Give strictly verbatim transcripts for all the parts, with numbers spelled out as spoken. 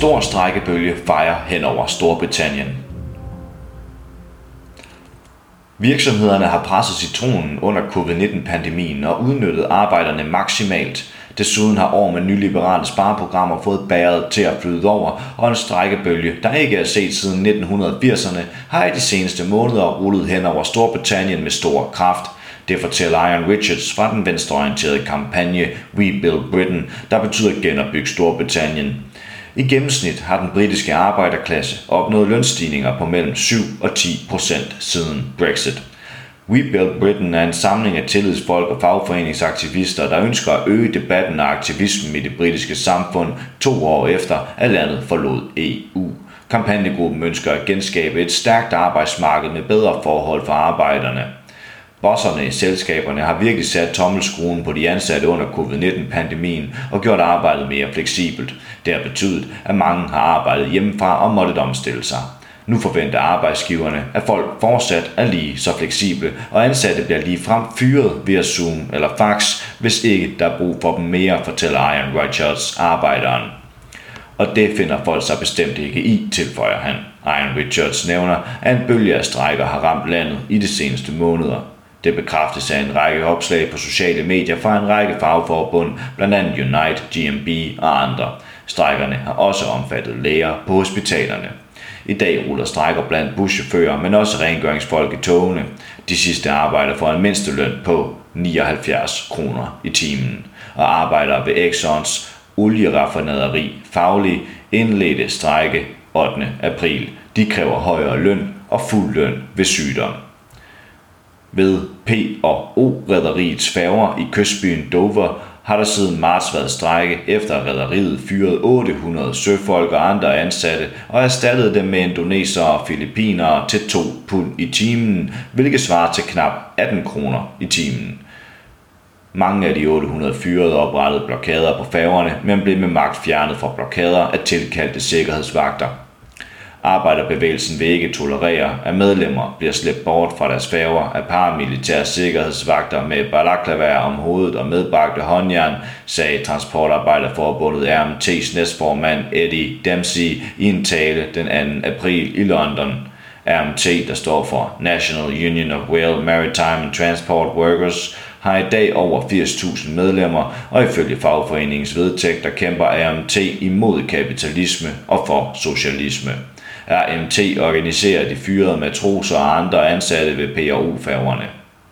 Stor strejkebølge fejer hen over Storbritannien. Virksomhederne har presset citronen under covid nitten-pandemien og udnyttet arbejderne maksimalt. Desuden har år med nyliberale spareprogrammer fået bæret til at flyde over, og en strejkebølge, der ikke er set siden nitten firserne, har i de seneste måneder rullet hen over Storbritannien med stor kraft. Det fortæller Ian Richards fra den venstreorienterede kampagne We Build Britain, der betyder genopbyg Storbritannien. I gennemsnit har den britiske arbejderklasse opnået lønstigninger på mellem syv og ti procent siden Brexit. We Build Britain er en samling af tillidsfolk og fagforeningsaktivister, der ønsker at øge debatten og aktivismen i det britiske samfund to år efter, at landet forlod E U. Kampagnegruppen ønsker at genskabe et stærkt arbejdsmarked med bedre forhold for arbejderne. Bosserne i selskaberne har virkelig sat tommelskruen på de ansatte under covid nitten-pandemien og gjort arbejdet mere fleksibelt. Det har betydet, at mange har arbejdet hjemmefra og måttet omstille sig. Nu forventer arbejdsgiverne, at folk fortsat er lige så fleksible, og ansatte bliver ligefrem fyret via Zoom eller fax, hvis ikke der er brug for dem mere, fortæller Ian Richards, arbejderen. Og det finder folk sig bestemt ikke i, tilføjer han. Ian Richards nævner, at en bølge af strejker har ramt landet i de seneste måneder. Det bekræftes af en række opslag på sociale medier fra en række fagforbund, blandt andet Unite, G M B og andre. Strejkerne har også omfattet læger på hospitalerne. I dag ruller strejker blandt buschauffører, men også rengøringsfolk i togene. De sidste arbejder for en mindsteløn på nioghalvfjerds kroner i timen. Og arbejdere ved Exxons olieraffinaderi faglig indledte strejke ottende april. De kræver højere løn og fuld løn ved sygdom. Ved P og O-rederiets færger i kystbyen Dover har der siden marts været strejke, efter at rederiet fyrede otte hundrede søfolk og andre ansatte og erstattede dem med indonesere og filippinere til to pund i timen, hvilket svarer til knap atten kroner i timen. Mange af de otte hundrede fyrede oprettede blokader på færgerne, men blev med magt fjernet fra blokader af tilkaldte sikkerhedsvagter. Arbejderbevægelsen vil ikke tolerere, at medlemmer bliver slæbt bort fra deres færger af paramilitære sikkerhedsvagter med balaklavaer om hovedet og medbragte håndjern, sagde Transportarbejderforbundet R M T's næstformand Eddie Dempsey i en tale den anden april i London. R M T, der står for National Union of Rail, Maritime and Transport Workers, har i dag over firs tusind medlemmer, og ifølge fagforeningens vedtægter kæmper R M T imod kapitalisme og for socialisme. R M T organiserer de fyrede matroser og andre ansatte ved P og O-færgerne.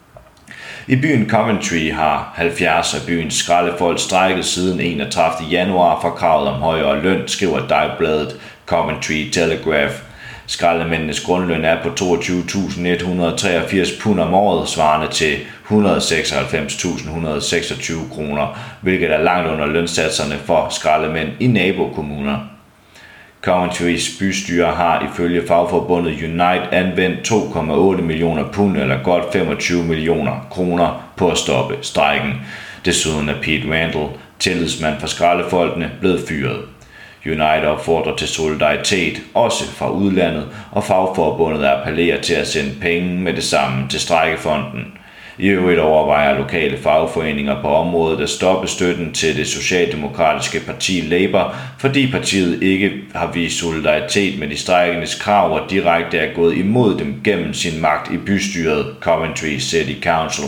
I byen Coventry har halvfjerds af byens skraldefolk strejket siden enogtredivte januar for kravet om højere løn, skriver dagbladet Coventry Telegraph. Skraldemændenes grundløn er på toogtyve tusind et hundrede og treogfirs pund om året, svarende til et hundrede og seksoghalvfems tusind et hundrede og seksogtyve kroner, hvilket er langt under lønsatserne for skraldemænd i nabokommuner. Coventrys bystyre har ifølge fagforbundet Unite anvendt to komma otte millioner pund eller godt femogtyve millioner kroner på at stoppe strejken. Desuden er Pete Randall, tillidsmand for skraldefolkene, blevet fyret. Unite opfordrer til solidaritet, også fra udlandet, og fagforbundet appellerer til at sende penge med det samme til strejkefonden. I øvrigt overvejer lokale fagforeninger på området at stoppe støtten til det socialdemokratiske parti Labour, fordi partiet ikke har vist solidaritet med de strejkendes krav og direkte er gået imod dem gennem sin magt i bystyret Coventry City Council.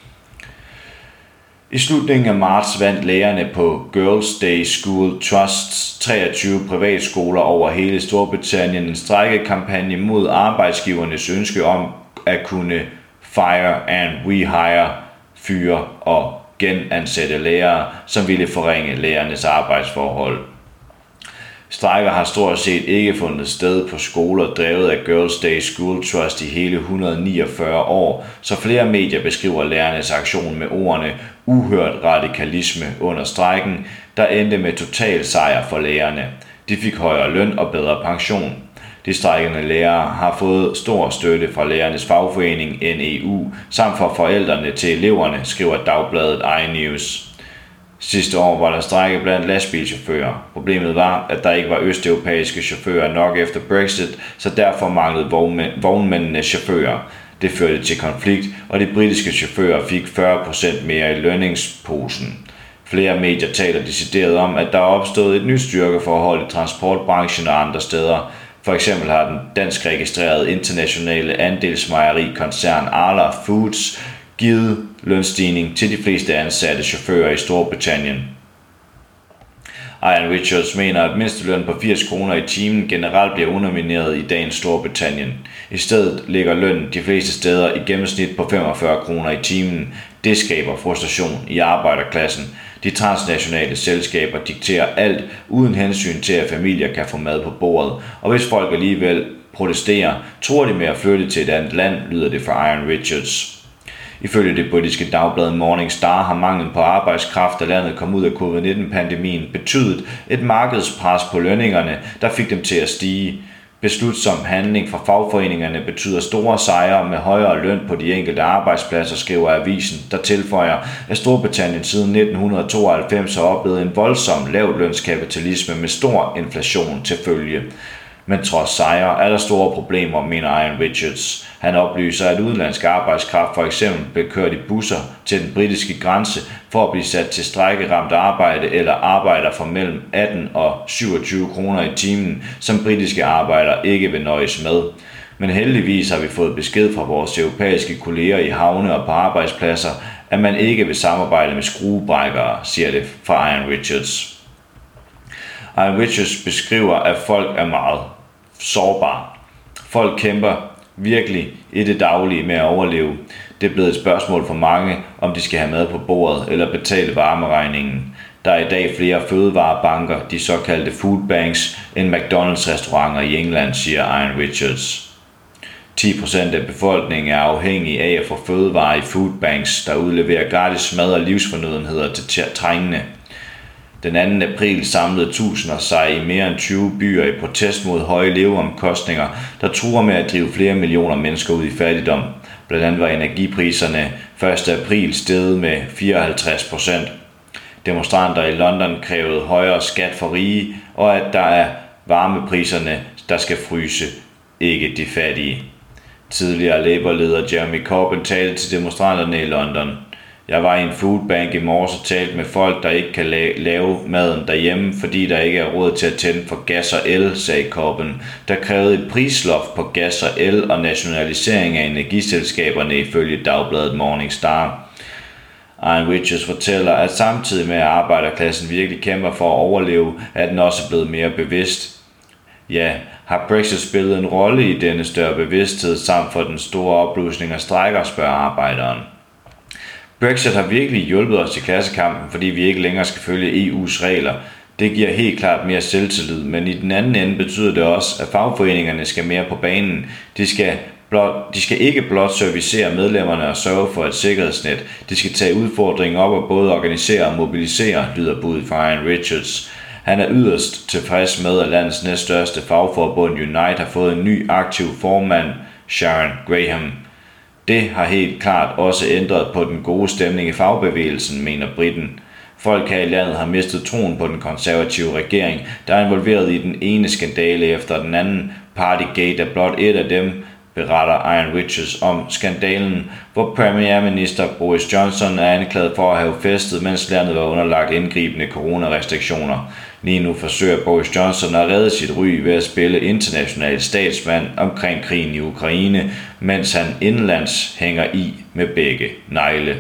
I slutningen af marts vandt lærerne på Girls' Day School Trusts treogtyve privatskoler over hele Storbritannien en strejkekampagne mod arbejdsgivernes ønske om at kunne fire and rehire, fyre og genansætte lærere, som ville forringe lærernes arbejdsforhold. Strejker har stort set ikke fundet sted på skoler drevet af Girls' Day School Trust i hele et hundrede og niogfyrre år, så flere medier beskriver lærernes aktion med ordene uhørt radikalisme under strejken, der endte med total sejr for lærerne. De fik højere løn og bedre pension. De strejkende lærere har fået stor støtte fra lærernes fagforening N E U, samt fra forældrene til eleverne, skriver dagbladet iNews. Sidste år var der strejke blandt lastbilchauffører. Problemet var, at der ikke var østeuropæiske chauffører nok efter Brexit, så derfor manglede vognmændene chauffører. Det førte til konflikt, og de britiske chauffører fik fyrre procent mere i lønningsposen. Flere medier taler decideret om, at der er opstået et nyt styrkeforhold i transportbranchen og andre steder. For eksempel har den dansk registrerede internationale andelsmejerikoncern Arla Foods givet lønstigning til de fleste ansatte chauffører i Storbritannien. Ian Richards mener, at mindsteløn på firs kroner i timen generelt bliver undermineret i dagens Storbritannien. I stedet ligger lønnen de fleste steder i gennemsnit på femogfyrre kroner i timen. Det skaber frustration i arbejderklassen. De transnationale selskaber dikterer alt uden hensyn til, at familier kan få mad på bordet. Og hvis folk alligevel protesterer, tror de med at flytte til et andet land, lyder det fra Ian Richards. Ifølge det britiske dagblad Morning Star har manglen på arbejdskraft, da landet kom ud af covid nitten pandemien, betydet et markedspres på lønningerne, der fik dem til at stige. Beslutsom handling fra fagforeningerne betyder store sejre med højere løn på de enkelte arbejdspladser, skriver avisen, der tilføjer, at Storbritannien siden nitten tooghalvfems har oplevet en voldsom lavtlønskapitalisme med stor inflation til følge. Men trods sejre er der store problemer, mener Ian Richards. Han oplyser, at udenlandsk arbejdskraft for eksempel blev kørt i busser til den britiske grænse for at blive sat til strejkeramt arbejde eller arbejder for mellem atten og syvogtyve kroner i timen, som britiske arbejdere ikke vil nøjes med. Men heldigvis har vi fået besked fra vores europæiske kolleger i havne og på arbejdspladser, at man ikke vil samarbejde med skruebrækkere, siger det fra Ian Richards. Ian Richards beskriver, at folk er meget sårbare. Folk kæmper virkelig i det daglige med at overleve. Det er blevet et spørgsmål for mange, om de skal have mad på bordet eller betale varmeregningen. Der er i dag flere fødevarebanker, de såkaldte food banks, end McDonald's restauranter i England, siger Ian Richards. ti procent af befolkningen er afhængig af at få fødevarer i food banks, der udleverer gratis mad og livsfornødenheder til trængende. Den anden april samlede tusinder sig i mere end tyve byer i protest mod høje leveomkostninger, der truer med at drive flere millioner mennesker ud i fattigdom. Blandt andet var energipriserne første april steget med fireoghalvtreds procent. Demonstranter i London krævede højere skat for rige, og at der er varmepriserne, der skal fryse, ikke de fattige. Tidligere Labour-leder Jeremy Corbyn talte til demonstranterne i London. Jeg var i en foodbank i morges og talte med folk, der ikke kan lave maden derhjemme, fordi der ikke er råd til at tænde for gas og el, sagde Corbyn, der krævede et prisloft på gas og el og nationalisering af energiselskaberne ifølge dagbladet Morning Star. Ian Richards fortæller, at samtidig med at arbejderklassen virkelig kæmper for at overleve, er den også blevet mere bevidst. Ja, har Brexit spillet en rolle i denne større bevidsthed samt for den store opblusning af strejker, spørger arbejderen. Brexit har virkelig hjulpet os i klassekampen, fordi vi ikke længere skal følge E U's regler. Det giver helt klart mere selvtillid, men i den anden ende betyder det også, at fagforeningerne skal mere på banen. De skal, blot, de skal ikke blot servicere medlemmerne og sørge for et sikkerhedsnet. De skal tage udfordringen op og både organisere og mobilisere, lyder budet fra Ian Richards. Han er yderst tilfreds med, at landets næststørste fagforbund Unite har fået en ny aktiv formand, Sharon Graham. Det har helt klart også ændret på den gode stemning i fagbevægelsen, mener briten. Folk her i landet har mistet troen på den konservative regering, der er involveret i den ene skandale efter den anden. Partygate er blot et af dem, beretter Ian Richards om skandalen, hvor premierminister Boris Johnson er anklaget for at have festet, mens landet var underlagt indgribende coronarestriktioner. Lige nu forsøger Boris Johnson at redde sit ry ved at spille international statsmand omkring krigen i Ukraine, mens han indenlands hænger i med begge negle.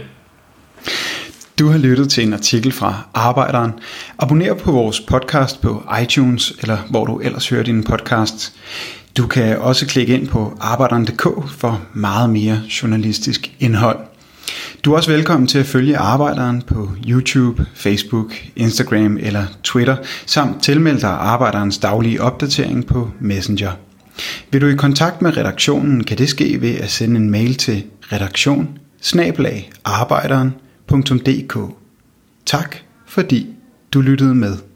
Du har lyttet til en artikel fra Arbejderen. Abonner på vores podcast på iTunes, eller hvor du ellers hører dine podcasts. Du kan også klikke ind på arbejderen punktum d k for meget mere journalistisk indhold. Du er også velkommen til at følge Arbejderen på YouTube, Facebook, Instagram eller Twitter, samt tilmelde dig Arbejderens daglige opdatering på Messenger. Vil du i kontakt med redaktionen, kan det ske ved at sende en mail til redaktion bindestreg arbejderen punktum d k. Tak fordi du lyttede med.